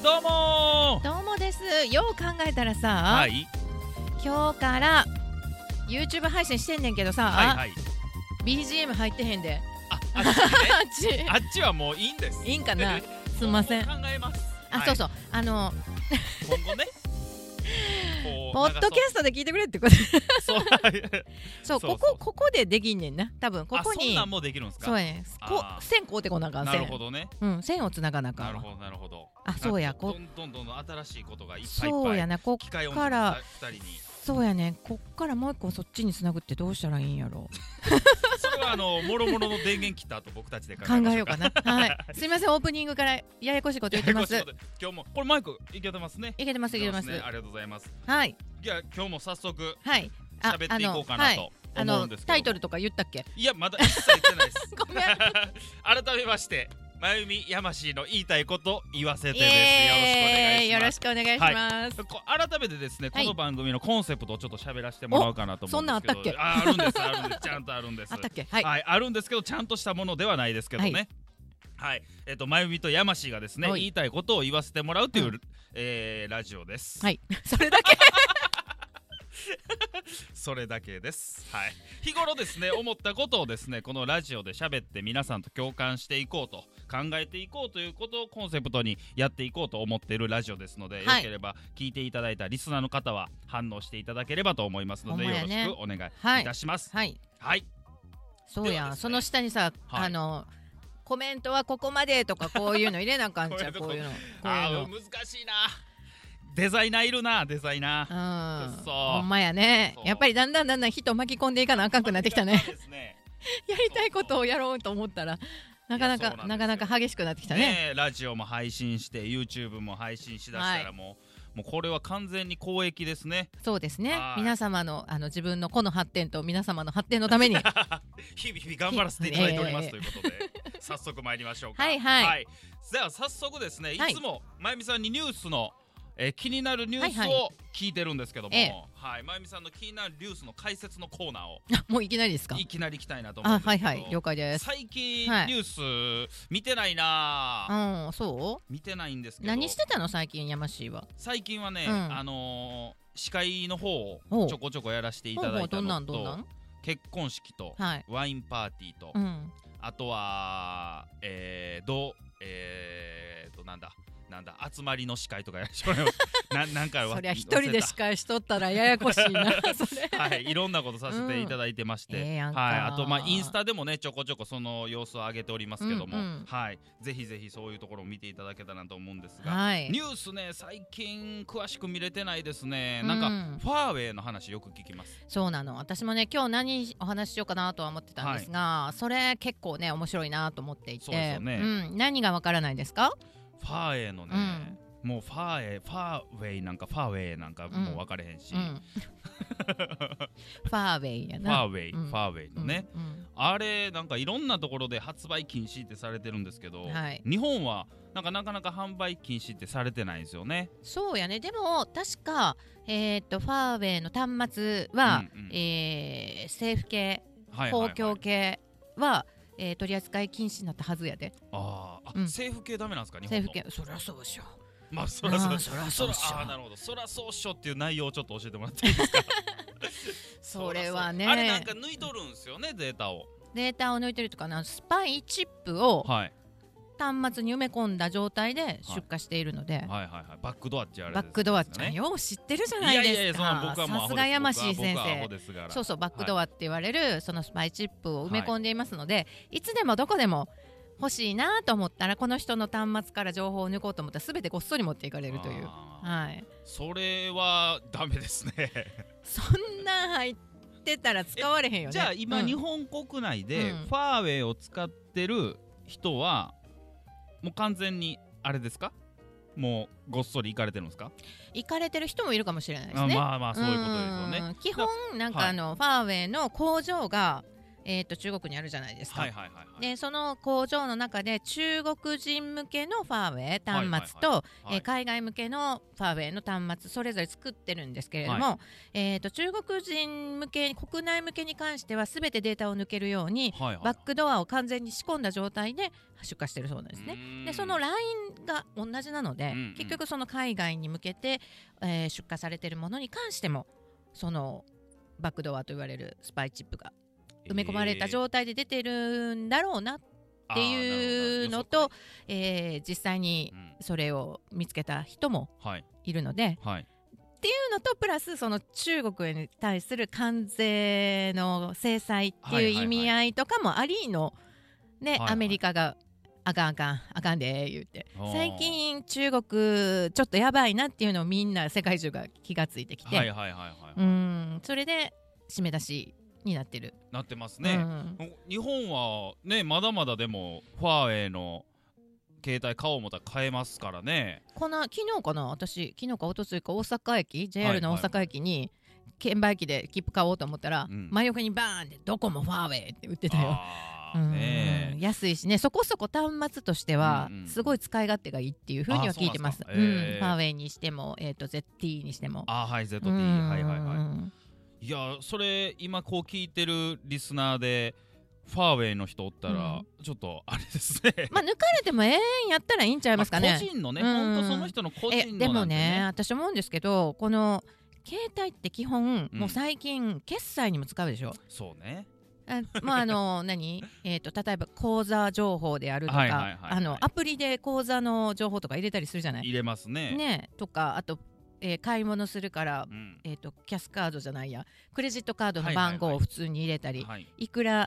どうもどうもです。よう考えたらさ、 はい、 今日から YouTube 配信してんねんけどさ、 はいはい、 BGM 入ってへんで。 あっちねあっちあっちはもういいんです。 いいんかなすんません。 考えます。はい、 そうそう、 今後ねポッドキャストで聞いてくれってことそうここでできんねんな。多分ここにそんなんもできるんですか。 そうやねん。線こうてこなあかん。 なるほどね。 線をつながなあかん。 なるほどなるほど。 そうや、 どんどん新しいことがいっぱいいっぱい。 そうやな、こっから 2人に。 そうやね、こっからもう一個そっちにつなぐってどうしたらいいんやろそれはもろもろの電源切った後僕たちで考えようかな。はい、すいません、オープニングからややこしいこと言ってます。 今日もこれマイクいけてますね。 いけてます、いけてます。 ありがとうございます。 はい。 いや、今日も早速はい喋っていこうかなと思うんですけど、 タイトルとか言ったっけ。 いや、まだ一切言ってないですごめん改めましてまゆみやましいの言いたいこと言わせてです。 よろしくお願いします。 改めてですね、この番組のコンセプトをちょっと喋らせてもらおうかなと思うんですけど。 そんなんあったっけ。 あるんですちゃんとあるんです。 あったっけ。 はい、あるんですけどちゃんとしたものではないですけどね。はい、まゆみとやましいがですね、言いたいことを言わせてもらうという、ラジオです。 はい、それだけそれだけです。はい、日頃ですね思ったことをですねこのラジオで喋って皆さんと共感していこうと考えていこうということをコンセプトにやっていこうと思っているラジオですので、よければ聞いていただいたリスナーの方は反応していただければと思いますので、よろしくお願いいたします。はい、はい、 そうや、その下にさ、コメントはここまでとかこういうの入れなあかんちゃう。こういうの難しいな。デザイナーいるな、デザイナー。 ほんまやね。やっぱりだんだん人巻き込んでいかなあかんくなってきたねやりたいことをやろうと思ったらなかなか激しくなってきたね。 ラジオも配信して YouTube も配信しだしたらもうこれは完全に公益ですね。 そうですね。皆様の自分の個の発展と皆様の発展のために日々頑張らせていただいておりますということで早速参りましょうか。 はいはい。 では早速ですね、いつもまゆみさんにニュースの気になるニュースを聞いてるんですけども、まゆみさんの気になるニュースの解説のコーナーをもういきなりですか。 いきなり行きたいなと思うんですけど、 了解です。 最近ニュース見てないな。 そう見てないんですけど。 何してたの最近、やましいは。 最近はね、司会の方をちょこちょこやらせていただいたのと、結婚式とワインパーティーと、あとはなんだ集まりの司会とかやらせてもらいますなんかそりゃ一人で司会しとったらややこしいなそれはい、いろんなことさせていただいてまして、あとインスタでもねちょこちょこその様子を上げておりますけども、ぜひぜひそういうところを見ていただけたらと思うんですが、ニュースね最近詳しく見れてないですね。なんかファーウェイの話よく聞きます。 そうなの。私もね今日何お話ししようかなとは思ってたんですが、それ結構ね面白いなと思っていて。そうですよね。何がわからないですか。 ファーウェイのね、もうファーウェイなんかファーウェイなんかもう分かれへんし、ファーウェイやな。 ファーウェイのね、あれなんかいろんなところで発売禁止ってされてるんですけど、日本はなかなか販売禁止ってされてないんですよね。 そうやね。でも確かファーウェイの端末は政府系公共系は取り扱い禁止になったはずやで。 政府系ダメなんですか。日本の政府系。そりゃそうでしょ。 まあそりゃそうでしょ。なるほど。そりゃそうっしょっていう内容をちょっと教えてもらっていいですか。 それはね、 あれなんか抜いとるんですよね。データを抜いてるとかな。スパイチップを端末に埋め込んだ状態で出荷しているので、 バックドアってあれバックドアちゃんよう知ってるじゃないですか。さすがやましい先生。そうバックドアって言われるそのスパイチップを埋め込んでいますので、いつでもどこでも欲しいなと思ったらこの人の端末から情報を抜こうと思ったら全てごっそり持っていかれるという。 それはダメですね。 そんな入ってたら使われへんよね。 じゃあ今、日本国内でファーウェイを使ってる人はもう完全にあれですか。もうごっそり行かれてるんですか。 行かれてる人もいるかもしれないですね。 まあそういうことですよね。 基本なんかファーウェイの工場が中国にあるじゃないですか。でその工場の中で中国人向けのファーウェイ端末と海外向けのファーウェイの端末それぞれ作ってるんですけれども、中国人向け国内向けに関しては全てデータを抜けるように、バックドアを完全に仕込んだ状態で出荷してるそうなんですね。でそのラインが同じなので、結局その海外に向けて、出荷されているものに関してもそのバックドアと言われるスパイチップが埋め込まれた状態で出てるんだろうなっていうのと、実際にそれを見つけた人もいるので、っていうのとプラスその中国に対する関税の制裁っていう意味合いとかもありの、アメリカがあかんで言って最近中国ちょっとやばいなっていうのをみんな世界中が気がついてきて、それで締め出しになってますね、 日本はねまだまだでもファーウェイの携帯買おう思ったら買えますからね。 昨日か一昨日か大阪駅 JR の大阪駅に券売機で切符買おうと思ったら、真横にバーンってどこもファーウェイって売ってたよ。安いしね、そこそこ端末としてはすごい使い勝手がいいっていう風には聞いてます。ファーウェイにしても、ZT にしても ZT いやそれ今こう聞いてるリスナーでファーウェイの人おったら、ちょっとあれですね抜かれてもやったらいいんちゃいますかね。 個人のね、本当その人の個人のでもね、私思うんですけど、この携帯って基本、もう最近決済にも使うでしょ。 そうね。 例えば口座情報であるとか、アプリで口座の情報とか入れたりするじゃない。 入れますね。 ねとか、あと買い物するから、キャスカードじゃないやクレジットカードの番号を普通に入れたり、いくら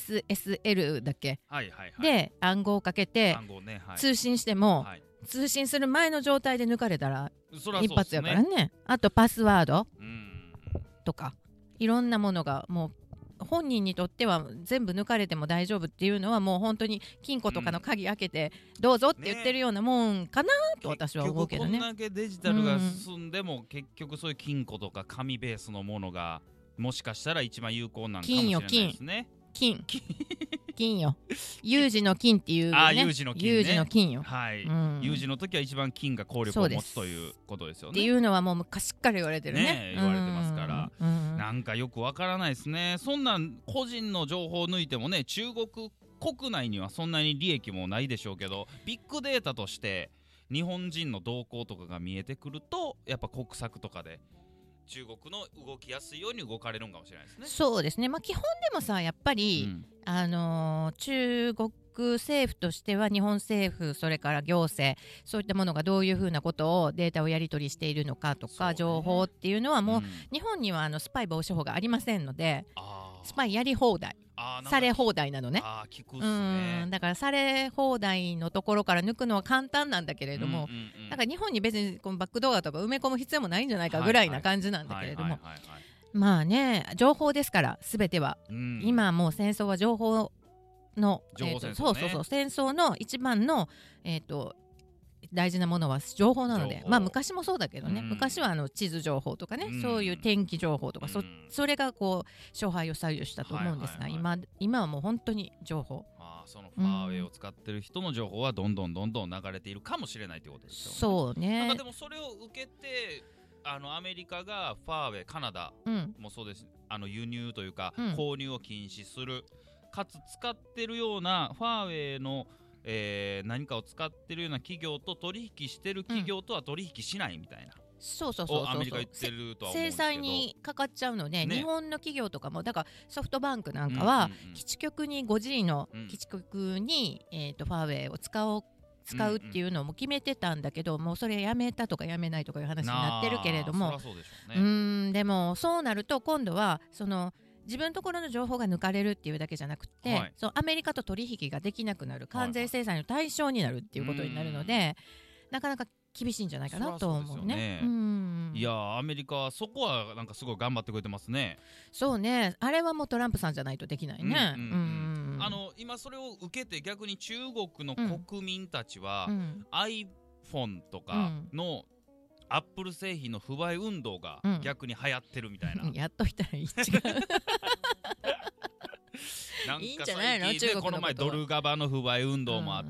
SSL だっけ、で暗号をかけて通信しても、通信する前の状態で抜かれたら一発やからね。あとパスワードとかいろんなものがもう本人にとっては全部抜かれても大丈夫っていうのはもう本当に金庫とかの鍵開けてどうぞって言ってるようなもんかなと私は思うけどね。 こんだけデジタルが進んでも、結局そういう金庫とか紙ベースのものがもしかしたら一番有効なんかもしれないですね。 金よ有事の金っていうね。 有事の金よ。有事の時は一番金が効力を持つということですよね。 っていうのはもう昔から言われてるね。 言われてますから、なんかよくわからないですね。そんなん個人の情報を抜いてもね、中国国内にはそんなに利益もないでしょうけど、ビッグデータとして日本人の動向とかが見えてくると、やっぱ国策とかで中国の動きやすいように動かれるんかもしれないですね。 そうですね、基本でもさやっぱり、中国政府としては日本政府それから行政そういったものがどういうふうなことをデータをやり取りしているのかとか、情報っていうのはもう、日本にはスパイ防止法がありませんので、スパイやり放題され放題なのね。 聞くっすね。 だからされ放題のところから抜くのは簡単なんだけれども、だから日本に別にこのバックドアとか埋め込む必要もないんじゃないかぐらいな感じなんだけれども、まあね情報ですから全ては、今もう戦争は情報の戦争の一番の大事なものは情報なので、昔もそうだけどね、昔は地図情報とかね、そういう天気情報とか、それがこう勝敗を左右したと思うんですが、今はもう本当に情報、 そのファーウェイを使ってる人の情報はどんどん流れているかもしれないということですよね。 そうね。 なんかでもそれを受けてアメリカがファーウェイ、カナダもそうです、輸入というか、購入を禁止する、かつ使ってるようなファーウェイの何かを使ってるような企業と取引してる企業とは取引しないみたいな、アメリカ言ってるとは思うんですけど、 制裁にかかっちゃうので、日本の企業とかもだからソフトバンクなんかは、基地局に 5G の基地局に、ファーウェイを使うっていうのも決めてたんだけど、もうそれやめたとかやめないとかいう話になってるけれども、でもそうなると今度はその自分のところの情報が抜かれるっていうだけじゃなくて、そうアメリカと取引ができなくなる、関税制裁の対象になるっていうことになるので、なかなか厳しいんじゃないかなと思うね。 いやアメリカはそこはなんかすごい頑張ってくれてますね。 そうね、あれはもうトランプさんじゃないとできないね。 今それを受けて逆に中国の国民たちは、iPhone とかのアップル製品の不買運動が逆に流行ってるみたいな、 やっといたらいい違うんじゃないの、中国のこの前ドルガバの不買運動もあって、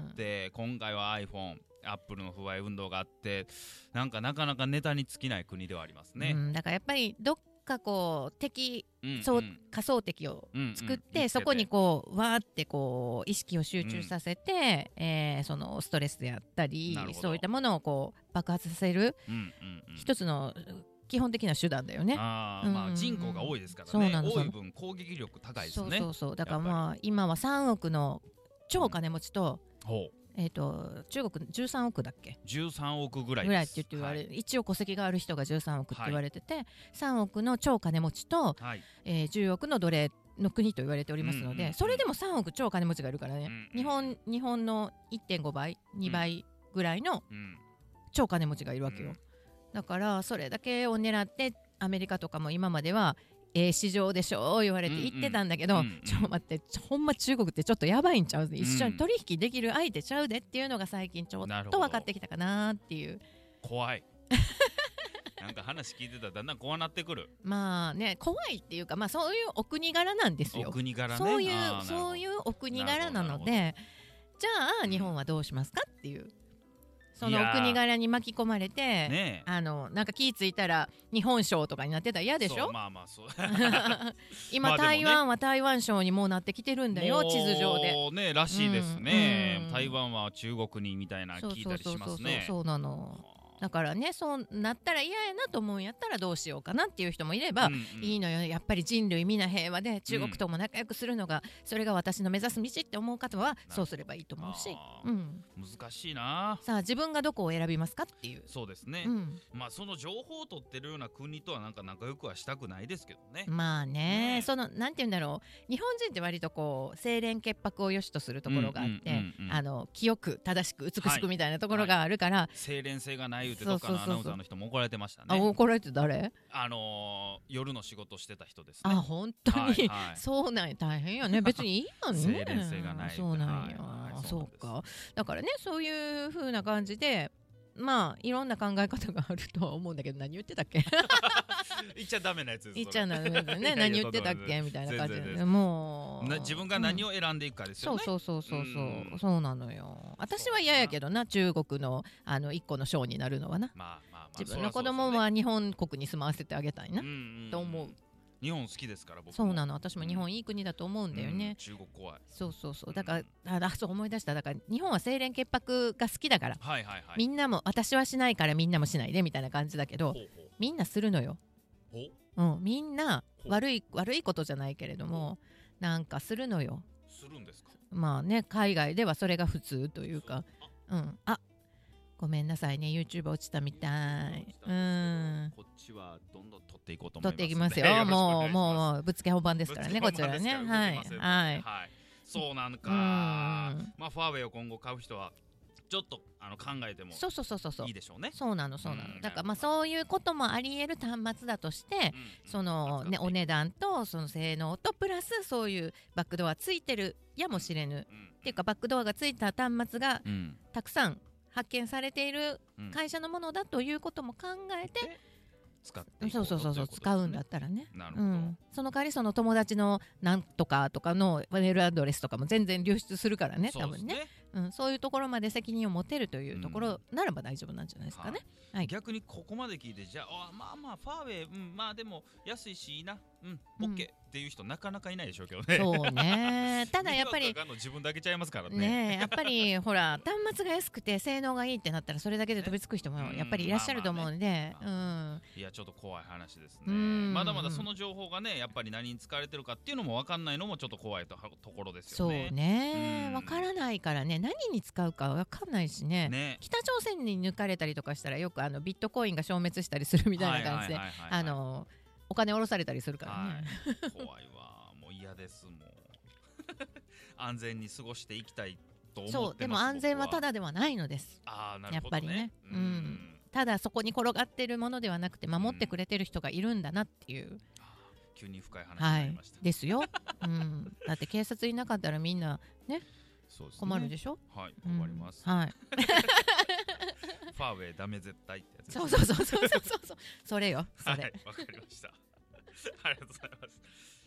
今回は iPhone、アップルの不買運動があって、なかなかネタに尽きない国ではありますね。 だからやっぱりどっかこう仮想敵を作って、そこにこうわーってこう意識を集中させて、そのストレスであったりそういったものをこう爆発させる一つの基本的な手段だよね。 人口が多いですからね。多い分攻撃力高いですね。 そうだからまあ今は3億の超金持ちと、中国13億だっけ、 13億ぐらいって言われる、一応戸籍がある人が13億って言われてて、3億の超金持ちと、10億の奴隷の国と言われておりますので、それでも3億超金持ちがいるからね、日本の 1.5 倍2倍ぐらいの超金持ちがいるわけよ。だからそれだけを狙ってアメリカとかも今までは市場でしょ言われて言ってたんだけど、ちょ待って、ほんま中国ってちょっとやばいんちゃう、一緒に取引できる相手ちゃうでっていうのが最近ちょっと分かってきたかなっていう。 怖いなんか話聞いてたらだんだん怖なってくる。 まあね、怖いっていうか、まあそういうお国柄なんですよ。 お国柄ね。 そういうお国柄なので、じゃあ日本はどうしますかっていう。そのお国柄に巻き込まれて、なんか気ぃついたら日本賞とかになってたら嫌でしょ。 そう今台湾は台湾賞にもうなってきてるんだよ、地図上でね、らしいですね。台湾は中国にみたいな聞いたりしますね。 そうなの。だからね、そうなったら嫌やなと思うんやったらどうしようかなっていう人もいれば、いいのよ、やっぱり人類みんな平和で中国とも仲良くするのが、それが私の目指す道って思う方はそうすればいいと思うし、 難しいな。 さあ自分がどこを選びますかっていう。 そうですね、まあその情報を取ってるような国とはなんか仲良くはしたくないですけどね。 まあね、そのなんて言うんだろう、日本人って割とこう清廉潔白を良しとするところがあって、清く正しく美しくみたいなところがあるから、 清廉性がないどっかのアナウンサーの人も怒られてましたね。 怒られて誰？ 夜の仕事してた人ですね。 本当に、そうなんや、大変やね。別にいいやんね。 清廉性がない。 そうなんや。そうか。だからね、そういう風な感じで、まあいろんな考え方があるとは思うんだけど、何言ってたっけ？ 言っちゃダメなやつです。 言っちゃダメだね。何言ってたっけみたいな感じで、もう自分が何を選んでいくかですよね。 そうなのよ。私は嫌やけどな、中国の一個の賞になるのはな。自分の子供は日本国に住まわせてあげたいなと思う。 日本好きですから僕も。 そうなの、私も日本いい国だと思うんだよね。 中国怖い。 そうだからそう思い出した。だから日本は清廉潔白が好きだから、みんなも私はしないからみんなもしないでみたいな感じだけど、みんなするのよ。みんな悪いことじゃないけれどもなんかするのよ。 するんですか。 まあね、海外ではそれが普通というか、ごめんなさいね、 YouTube 落ちたみたい。 こっちはどんどん取っていこうと思います。 取っていきますよ。もうぶっつけ本番ですからね、こちらね。はい。 そうなんか。まあファーウェイを今後買う人はちょっと考えてもいいでしょうね。 そうなの。だからまあそういうこともあり得る端末だとして、そのね、お値段とその性能とプラスそういうバックドアついてるやもしれぬ、っていうかバックドアがついた端末がたくさん発見されている会社のものだということも考えて、 使っていこうということですね。 使うんだったらね。 なるほど。 その代わりその友達のなんとかとかのメールアドレスとかも全然流出するからね、多分ね。そういうところまで責任を持てるというところならば大丈夫なんじゃないですかね。 逆にここまで聞いて、じゃあまあファーウェイ、まあでも安いしいいな、オッケーっていう人なかなかいないでしょうけどね。 そうね。ただやっぱり自分だけちゃいますからね。 やっぱりほら端末が安くて性能がいいってなったらそれだけで飛びつく人もやっぱりいらっしゃると思うんで、 いやちょっと怖い話ですね。まだまだその情報がね、やっぱり何に使われてるかっていうのも分かんないのもちょっと怖いところですよね。 そうね、分からないからね、何に使うか分かんないしね。北朝鮮に抜かれたりとかしたらよくビットコインが消滅したりするみたいな感じでお金下ろされたりするからね。 怖いわ、もう嫌ですもん。安全に過ごしていきたいと思ってます。 そう、でも安全はただではないのです。やっぱりね。ただそこに転がってるものではなくて守ってくれてる人がいるんだなっていう。 急に深い話になりました。 ですよ。だって警察いなかったらみんなね困るでしょ。 はい、困ります。 はい。 ファーウェイダメ絶対ってやつ。 そうそれよ。それ。 はい、わかりました。ありがとうございます。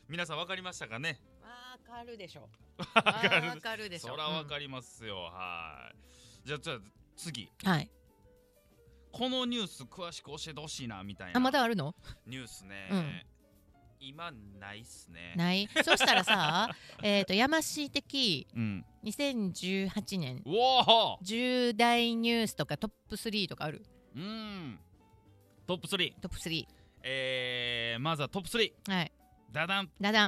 皆さん分かりましたかね。 分かるでしょ。 分かるでしょ。 そら分かりますよ。はい。じゃあ次。 はい。 このニュース詳しく教えてほしいなみたいな。 まだあるの？ ニュースね。今ないっすね。 ない。そしたらさ、やましい的、2018年10大ニュースとかトップ3とかある？ トップ3。 トップ 3。まずはトップ3。 はい。 ダダン。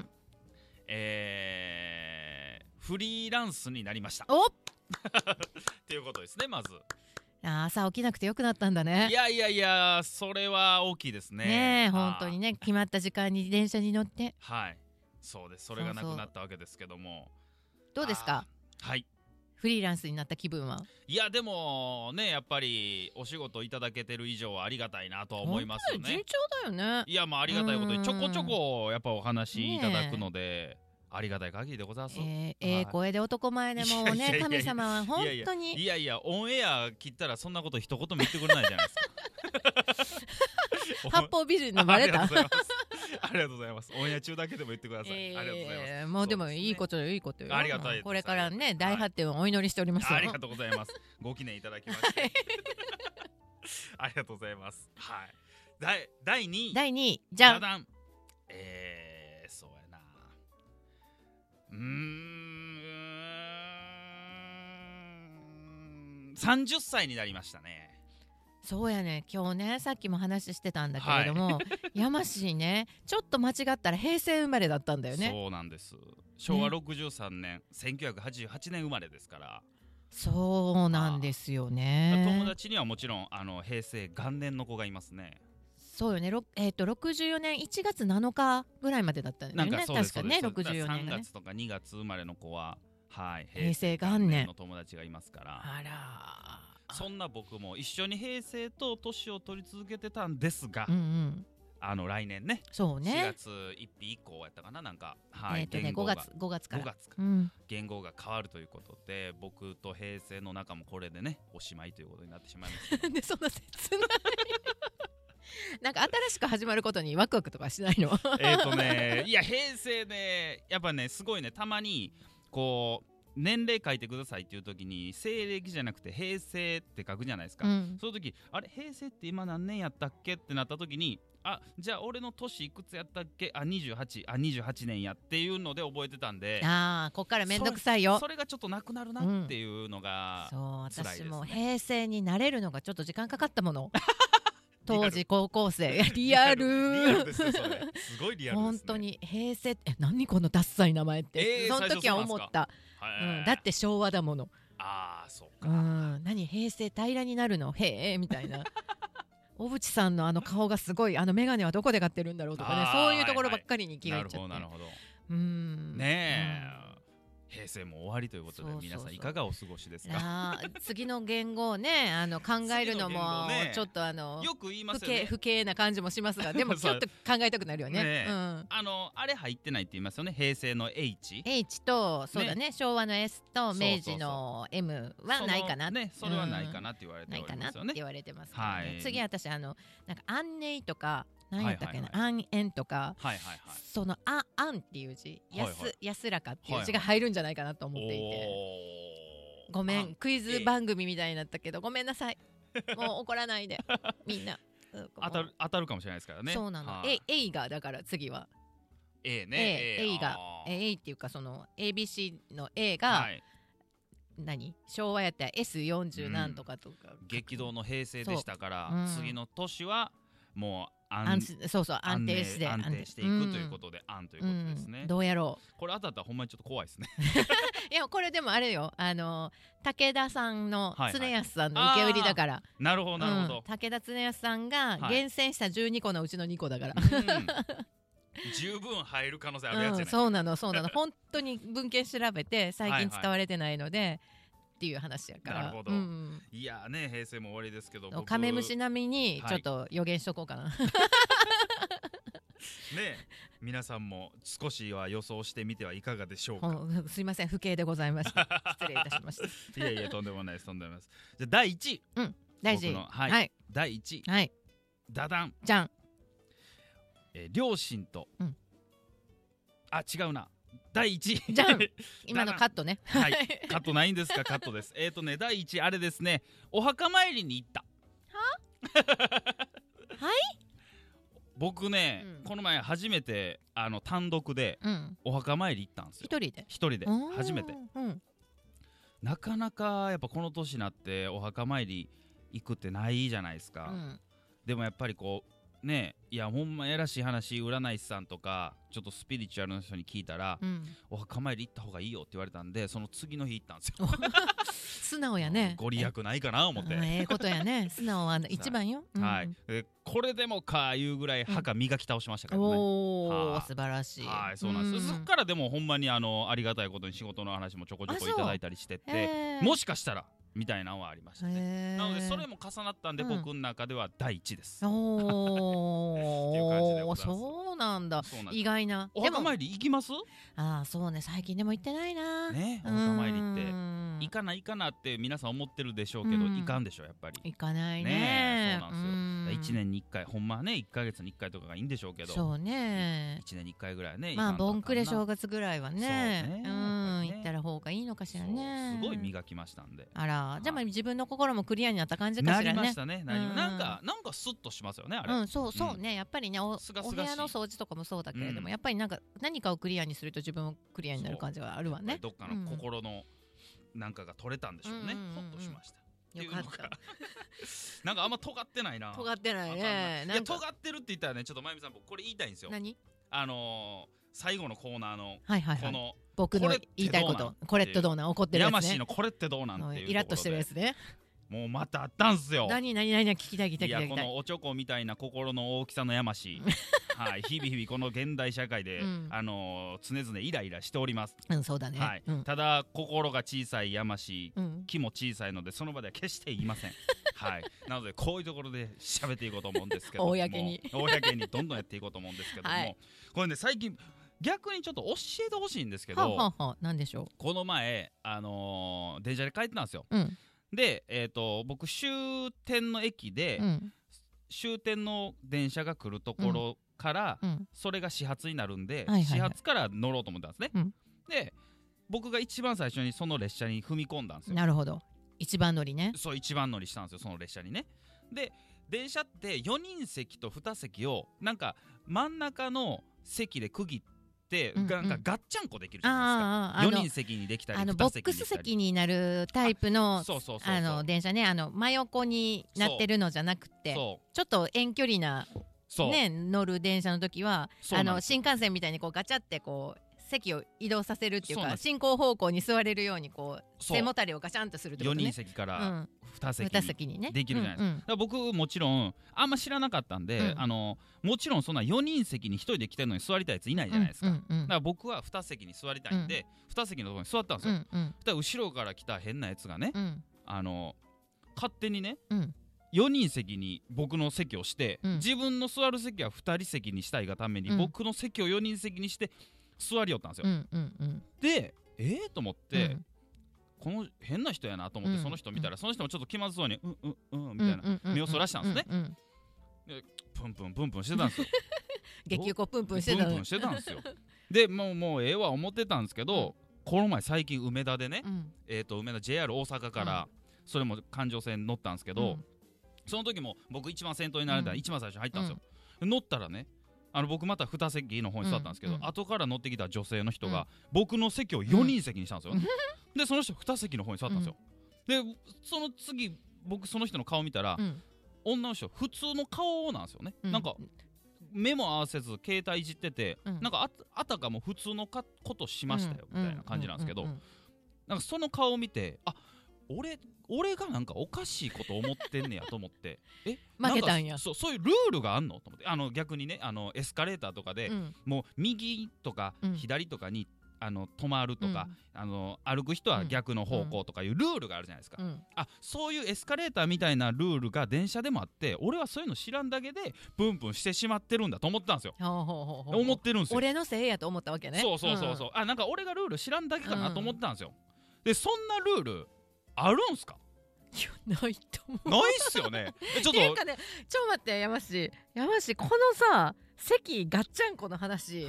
フリーランスになりました。 おっていうことですね、まず。 朝起きなくてよくなったんだね。 いや、それは大きいですね。 ねえ、本当にね、決まった時間に電車に乗って。 はい。そうです。それがなくなったわけですけども。 どうですか？ はい。 フリーランスになった気分は？ いやでもね、やっぱりお仕事いただけてる以上はありがたいなとは思いますよね。 順調だよね。 いやまあありがたいことにちょこちょこやっぱお話いただくので、ありがたい限りでございます。 声で男前でもね、神様は本当に。 いやオンエア切ったらそんなこと一言も言ってくれないじゃないですか。 八方美人のバレた。 ありがとうございます。オンエア中だけでも言ってください。ありがとうございます。 もうでもいいことよ、いいことよ。 ありがたいです。 これからね、大発展をお祈りしております。 ありがとうございます。ご記念いただきましてありがとうございます。はい。第2 位じゃん。 そうやな。30歳になりましたね。 そうやね。今日ね、さっきも話してたんだけれども、やましいね、ちょっと間違ったら平成生まれだったんだよね。 そうなんです。昭和63年、1988年生まれですから。 そうなんですよね。 友達にはもちろん平成元年の子がいますね。 そうよね。64年1月7日ぐらいまでだったんだよね。確かね、64年がね。 3月とか2月生まれの子は、はい、 平成元年の友達がいますから。 あら。 そんな僕も一緒に平成と年を取り続けてたんですが、来年ね、 そうね、 4月1日以降やったかな、なんか、 はい、5月から、 言語が変わるということで、僕と平成の中もこれでねおしまいということになってしまいました。 でそんな切ないなんか新しく始まることにワクワクとかしないの？ いや平成ね、やっぱねすごいね、たまにこう年齢書いてくださいっていう時に西暦じゃなくて平成って書くじゃないですか、その時あれ平成って今何年やったっけってなった時に、じゃあ俺の年いくつやったっけ、28年やっていうので覚えてたんで、 こっからめんどくさいよ。 それがちょっとなくなるなっていうのがそう私も平成になれるのがちょっと時間かかったもの当時高校生リアルですよそれすごいリアルですね。 本当に平成何このダッサい名前って、その時は思った。だって昭和だもの。 そうか。 何平成平らになるのへえみたいな小渕さんの顔がすごい、眼鏡はどこで買ってるんだろうとかね、そういうところばっかりに気がいっちゃって。 なるほど。ねえ、平成も終わりということで、皆さんいかがお過ごしですか？ 次の言語をね考えるのもちょっとよく言いますよね、 不敬な感じもしますが、でもちょっと考えたくなるよね。 あれ入ってないって言いますよね、平成の H と、そうだね、昭和の S と明治の M はないかなね、それはないかなって言われておりますよね。 ないかなって言われてますからね。次私なんか安寧とか何やったっけな、安縁とか、その安っていう字、安らかっていう字が入るんじゃないかなと思っていて、ごめん、クイズ番組みたいになったけどごめんなさい、もう怒らないでみんな。 当たるかもしれないですからね。 そうなの。映画だから次は映画っていうか、その ABC の A が昭和やったら S40 なんとかとか、 激動の平成でしたから、次の年はもう安定していくということで、ということですね。 どうやろう。 これ当たったらほんまにちょっと怖いですね。 いやこれでもあれよ、武田さんの常安さんの受け売りだから。 なるほど。 武田常安さんが厳選した12個のうちの2個だから。 十分入る可能性あるやつじゃない。 そうなの本当に文献調べて最近使われてないのでっていう話やから。 なるほど。いやね、平成も終わりですけど、 カメムシ並みにちょっと予言しとこうかな。 ね、皆さんも少しは予想してみてはいかがでしょうか。 すいません、不敬でございました。失礼いたしました。 いやとんでもないです。じゃあ第1位。 第1位。 第1位。 はい。 ダダン。 じゃん。 両親と違うな、第1位じゃん今のカットねはいカットないんですか？カットです。第1位あれですね、お墓参りに行ったはい僕ね、この前初めて単独でお墓参り行ったんですよ。一人で初めて、なかなかやっぱこの年になってお墓参り行くってないじゃないですか、でもやっぱりこうね、いやほんまやらしい話、占い師さんとかちょっとスピリチュアルの人に聞いたら、お墓参り行った方がいいよって言われたんで、その次の日行ったんですよ素直やね。 ご利益ないかな思って。 ことやね。素直は一番よ。 はい。これでもかいうぐらい墓磨き倒しましたからね。 おお、素晴らしい。 はい、そうなんです。そっからでもほんまにありがたいことに仕事の話もちょこちょこいただいたりしてて、もしかしたらみたいなのはありましたね。なのでそれも重なったんで、僕の中では第一です。 おお、そうなんだ。意外な。 お墓参り行きます？ ああ、そうね。最近でも行ってないな。 ね、お墓参りって行かなって皆さん思ってるでしょうけど、行かんでしょやっぱり。 行かないね。 そうなんですよ。1年に1回、ほんまはね1ヶ月に1回とかがいいんでしょうけど。 そうね。 1年に1回ぐらいね。 まあ盆暮れ正月ぐらいはね、行ったら方がいいのかしらね。 すごい磨きましたんで。 あら、じゃあ自分の心もクリアになった感じかしらね。 なりましたね。なんかスッとしますよねあれ。 そうね。やっぱりね、お部屋の掃除とかもそうだけれども、やっぱり何かをクリアにすると自分もクリアになる感じはあるわね。 どっかの心のなんかが取れたんでしょうね。ほっとしました。 よかった。 なんかあんま尖ってないな。 尖ってないね。 いや尖ってるって言ったらね、ちょっとまゆみさん僕これ言いたいんですよ。 何？ 最後のコーナーのこの僕の言いたいこと、これってどうなん、怒ってるやつね。 やましいのこれってどうなんっていう。 イラッとしてるやつね。 もうまたあったんすよ。 何聞きたい。 いや、このおちょこみたいな心の大きさのやましはい、日々この現代社会で常々イライラしております。 そうだね。 はい。ただ心が小さいやまし気も小さいので、その場では決して言いません。はい。なのでこういうところで喋っていこうと思うんですけども、公にどんどんやっていこうと思うんですけども、これね最近逆にちょっと教えてほしいんですけど、 何でしょう。 この前電車で帰ってたんですよ。で、僕終点の駅で、終点の電車が来るところから、それが始発になるんで、始発から乗ろうと思ったんですね。で僕が一番最初にその列車に踏み込んだんですよ。 なるほど。一番乗りね。 そう、一番乗りしたんですよ、その列車にね。で電車って4人席と2席をなんか真ん中の席で区切ってなんかガッチャンコできるじゃないですか。4人席にできたり2席にできたり、 ボックス席になるタイプの電車ね、真横になってるのじゃなくて、ちょっと遠距離なね乗る電車の時は新幹線みたいにこうガチャってこう席を移動させるっていうか、進行方向に座れるようにこう背もたれをガチャンとするってことね。 4人席から2席にできるじゃないですか。だから僕もちろんあんま知らなかったんで、もちろんそんな4人席に1人で来てるのに座りたいやついないじゃないですか。だから僕は2席に座りたいんで、2席のところに座ったんですよ。だから後ろから来た変なやつがね、勝手にね、4人席に僕の席をして、自分の座る席は2人席にしたいがために、僕の席を4人席にして座りよったんですよ。でと思って、この変な人やなと思ってその人見たら、その人もちょっと気まずそうにみたいな目をそらしたんですね。でプンプンしてたんですよ。 激横プンプンしてたんですよ。でもうええわ思ってたんですけど、この前最近梅田でね、梅田 JR 大阪からそれも環状線乗ったんですけど、その時も僕一番先頭になれたら一番最初に入ったんですよ。乗ったらね、僕また2席の方に座ったんですけど、後から乗ってきた女性の人が僕の席を4人席にしたんですよ。でその人2席の方に座ったんですよ。でその次僕その人の顔見たら、女の人普通の顔なんですよね。なんか目も合わせず携帯いじってて、なんかあたかも普通のことしましたよみたいな感じなんですけど、なんかその顔を見て、俺がなんかおかしいこと思ってんねやと思って負けたんや。 そういうルールがあんのと思って、逆にねエスカレーターとかで、もう右とか左とかに止まるとか、歩く人は逆の方向とかいうルールがあるじゃないですか。そういうエスカレーターみたいなルールが電車でもあって、俺はそういうの知らんだけでプンプンしてしまってるんだと思ったんですよ。思ってるんですよ。 俺のせいやと思ったわけね。 そうなんか俺がルール知らんだけかなと思ったんですよ。でそんなルールあるんすか？ いやないと思う。 ないっすよね。ちょっとっていうかね、ちょ待って、山氏このさ席ガッチャンコの話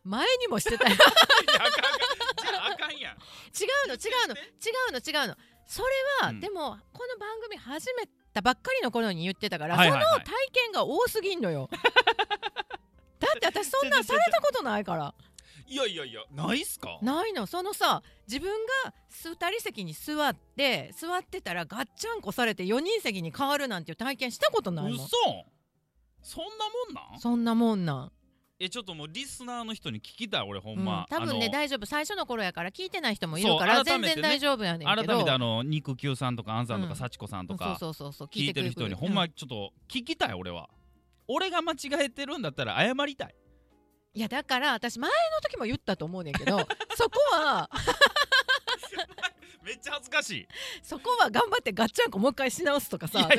前にもしてたよじゃああかんやん。 違うのそれは、でもこの番組始めたばっかりの頃に言ってたから、その体験が多すぎんのよだって私そんなんされたことないから。 いやないっすか。 ないの。そのさ、自分が2人席に座ってたらガッチャンコされて4人席に変わるなんていう体験したことないもん。 嘘。そんなもんなん。 そんなもんなん。 ちょっともうリスナーの人に聞きたい俺ほんま、 多分ね大丈夫。最初の頃やから聞いてない人もいるから全然大丈夫やねんけど、 改めて肉球さんとかアンさんとか幸子さんとか聞いてる人にほんまちょっと聞きたい。俺が間違えてるんだったら謝りたい。 いやだから私前の時も言ったと思うねんけどそこはめっちゃ恥ずかしい。 そこは頑張ってガッチャンコもう一回し直すとかさ、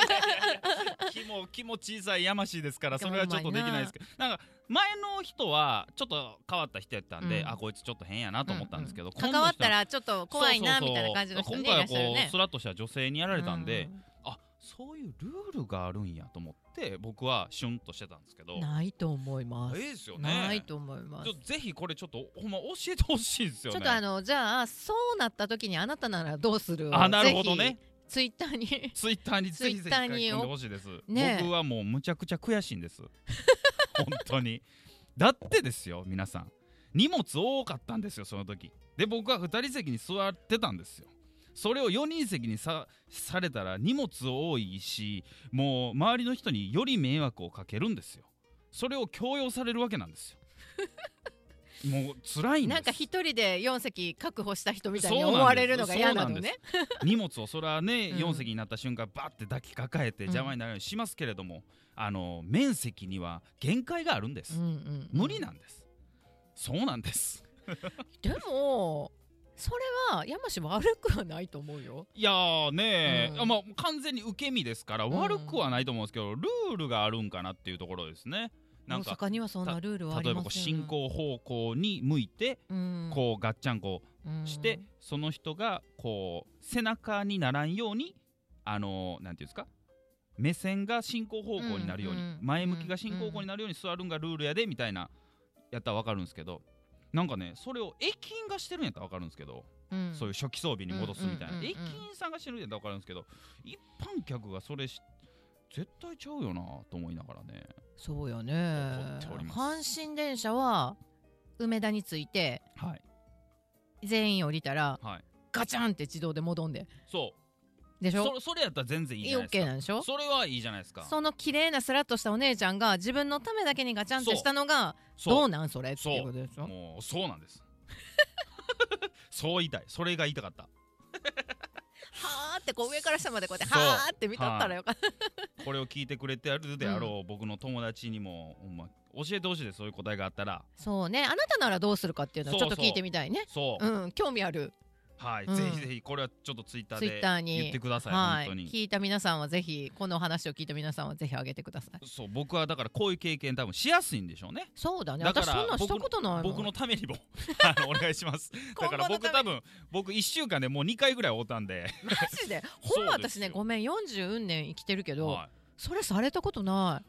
気も小さいやましいですから、それはちょっとできないですけど、なんか前の人はちょっと変わった人やったんで、こいつちょっと変やなと思ったんですけど、 関わったらちょっと怖いなみたいな感じの人ねいらっしゃるね。 今回はこうスラッとした女性にやられたんで、そういうルールがあるんやと思って僕はシュンとしてたんですけど、 ないと思います。 ですよね。 ないと思います。 ぜひこれちょっとほんま教えてほしいですよね。 ちょっとじゃあそうなった時にあなたならどうする。 なるほどね。 ツイッターにぜひ書き込んでほしいです、 ね。 僕はもうむちゃくちゃ悔しいんです本当に。だってですよ皆さん、荷物多かったんですよその時で。僕は2人席に座ってたんですよ。それを4人席にされたら荷物多いし、もう周りの人により迷惑をかけるんですよ。それを強要されるわけなんですよもう辛いんです。 なんか一人で4席確保した人みたいに思われるのが嫌なのね。 荷物をそれはね、4席になった瞬間バッて抱きかかえて邪魔になるようにしますけれども、面積には限界があるんです、無理なんです。そうなんですでもそれは山氏悪くはないと思うよ。 いやーねー、まあ、完全に受け身ですから悪くはないと思うんですけど、ルールがあるんかなっていうところですね。なんか大阪にはそんなルールはありません。 例えば進行方向に向いて、こうガッチャンコして、その人がこう背中にならんようになんていうんですか、目線が進行方向になるように、前向きが進行方向になるように座るんがルールやでみたいなやったら分かるんですけど、なんかねそれを駅員がしてるんやったら分かるんですけど、そういう初期装備に戻すみたいな、駅員さんがしてるんやったら分かるんですけど、一般客がそれ絶対ちゃうよなと思いながらね。 そうよね。阪神電車は梅田に着いて、全員降りたら、ガチャンって自動で戻んで。そうでしょ。 それやったら全然いいじゃないですか。 いい OK なんでしょ。 それはいいじゃないですか。 その綺麗なスラッとしたお姉ちゃんが自分のためだけにガチャンってしたのがどうなんそれっていうことでしょ。 もうそうなんですそう言いたい。それが言いたかったはーってこう上から下までこうやってはーって見とったらよかったこれを聞いてくれてるであろう、僕の友達にもほんま教えてほしいです。そういう答えがあったら。 そうね、あなたならどうするかっていうのをちょっと聞いてみたいね。興味ある。 はい、ぜひぜひこれはちょっとツイッターで言ってください。本当に聞いた皆さんはぜひ、この話を聞いた皆さんはぜひあげてください。 そう、僕はだからこういう経験多分しやすいんでしょうね。 そうだね。私そんなしたことないもん。 僕のためにもお願いしますだから僕1週間でもう2回ぐらい会うたんでマジでほんま私ね、ごめん40年生きてるけど、それされたことない。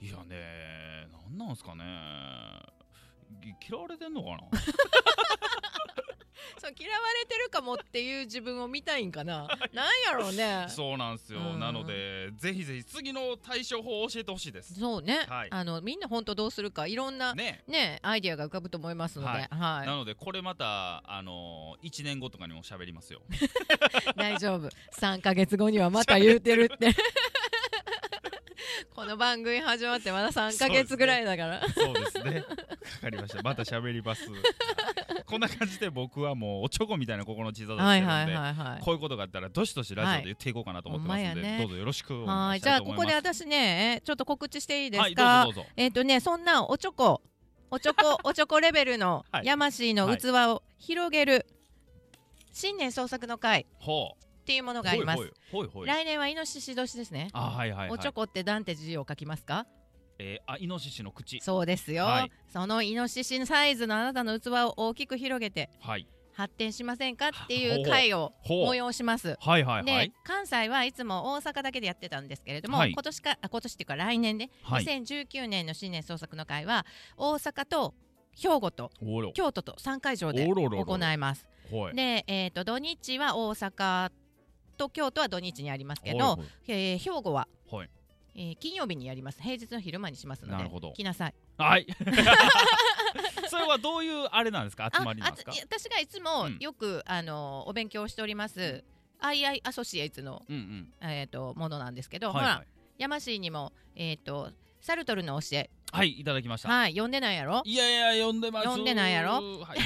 いやね、なんすかね、嫌われてんのかなそう、嫌われてるかもっていう自分を見たいんかななんやろうね。 そうなんですよ、なのでぜひぜひ次の対処法を教えてほしいです。 そうね、みんな本当どうするかいろんなねアイディアが浮かぶと思いますので、なのでこれまた1年後とかにも喋りますよ大丈夫、3ヶ月後にはまた言うてるってこの番組始まってまだ3ヶ月ぐらいだから。 そうですねわかりました、また喋りますこんな感じで僕はもうおちょこみたいな心の小ささしてるんで、こういうことがあったらどしどしラジオで言っていこうかなと思ってますので、どうぞよろしくお願いしたいと思います。 じゃあここで私ねちょっと告知していいですか。 どうぞどうぞ。 そんなおちょこレベルのやましいの器を広げる新年創作の会っていうものがあります。来年はイノシシ年ですね。おちょこってなんて字を書きますか。 イノシシの口。 そうですよ、そのイノシシサイズのあなたの器を大きく広げて、発展しませんかっていう会を催します。で、関西はいつも大阪だけでやってたんですけれども、今年っていうか来年ね、2019年の新年創作の会は大阪と兵庫と京都と3会場で行います。で、土日は大阪と京都は土日にありますけど、兵庫は、金曜日にやります。平日の昼間にしますので来なさい。 はいそれはどういうあれなんですか、集まりなんですか？ 私がいつもよく、お勉強しております、II アソシエイツの、ものなんですけど、ほら山氏にも、サルトルの教え、 いただきました。 読んでないやろ？ いや読んでます。 読んでないやろ？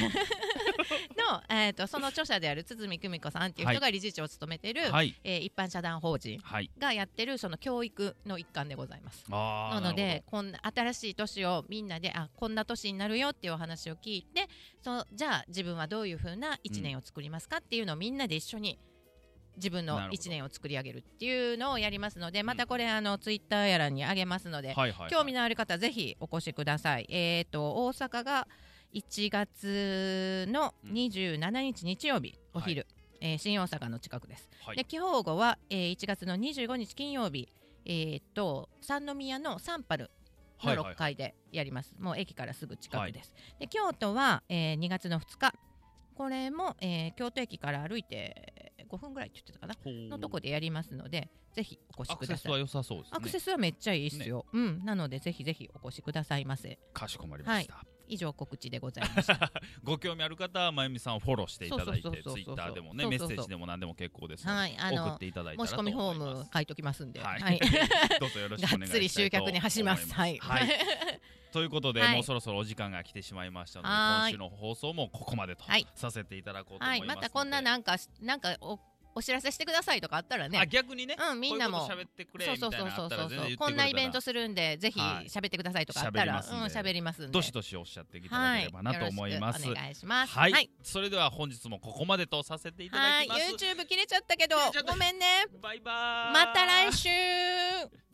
の、その著者である堤久美子さんっていう人が理事長を務めている、一般社団法人がやってるその教育の一環でございます。なのでこんな新しい年をみんなでこんな年になるよっていうお話を聞いて、じゃあ自分はどういう風な1年を作りますかっていうのをみんなで一緒に自分の1年を作り上げるっていうのをやりますので、またこれツイッターやらにあげますので、興味のある方ぜひお越しください。大阪が1月の27日日曜日お昼、新大阪の近くです。で兵庫は、1月の25日金曜日、三宮のサンパルの6階でやります。もう駅からすぐ近くです。で京都は、2月の2日、これも、京都駅から歩いて5分ぐらいって言ってたかなのとこでやりますので、ぜひお越しください。 アクセスは良さそうですね。 アクセスはめっちゃいいっすよ、なのでぜひぜひお越しくださいませ。 かしこまりました、 以上告知でございましたご興味ある方はまゆみさんをフォローしていただいて、ツイッターでもねメッセージでも何でも結構ですので、送っていただいたらと思います。 申し込みフォーム書いときますんで、 どうぞよろしくお願いしたいと思います。がっつり集客に走ります。 ということで、もうそろそろお時間が来てしまいましたので、今週の放送もここまでとさせていただこうと思いますので、 またこんななんかお知らせしてくださいとかあったらね、 逆にね、 みんなも喋ってくれみたいなのあったら全然言ってくれたら、 こんなイベントするんでぜひ喋ってくださいとかあったら喋りますんで、 どしどしおっしゃっていただければなと思います。 お願いします。 それでは本日もここまでとさせていただきます。 YouTube 切れちゃったけどごめんね。 バイバーイ。 また来週。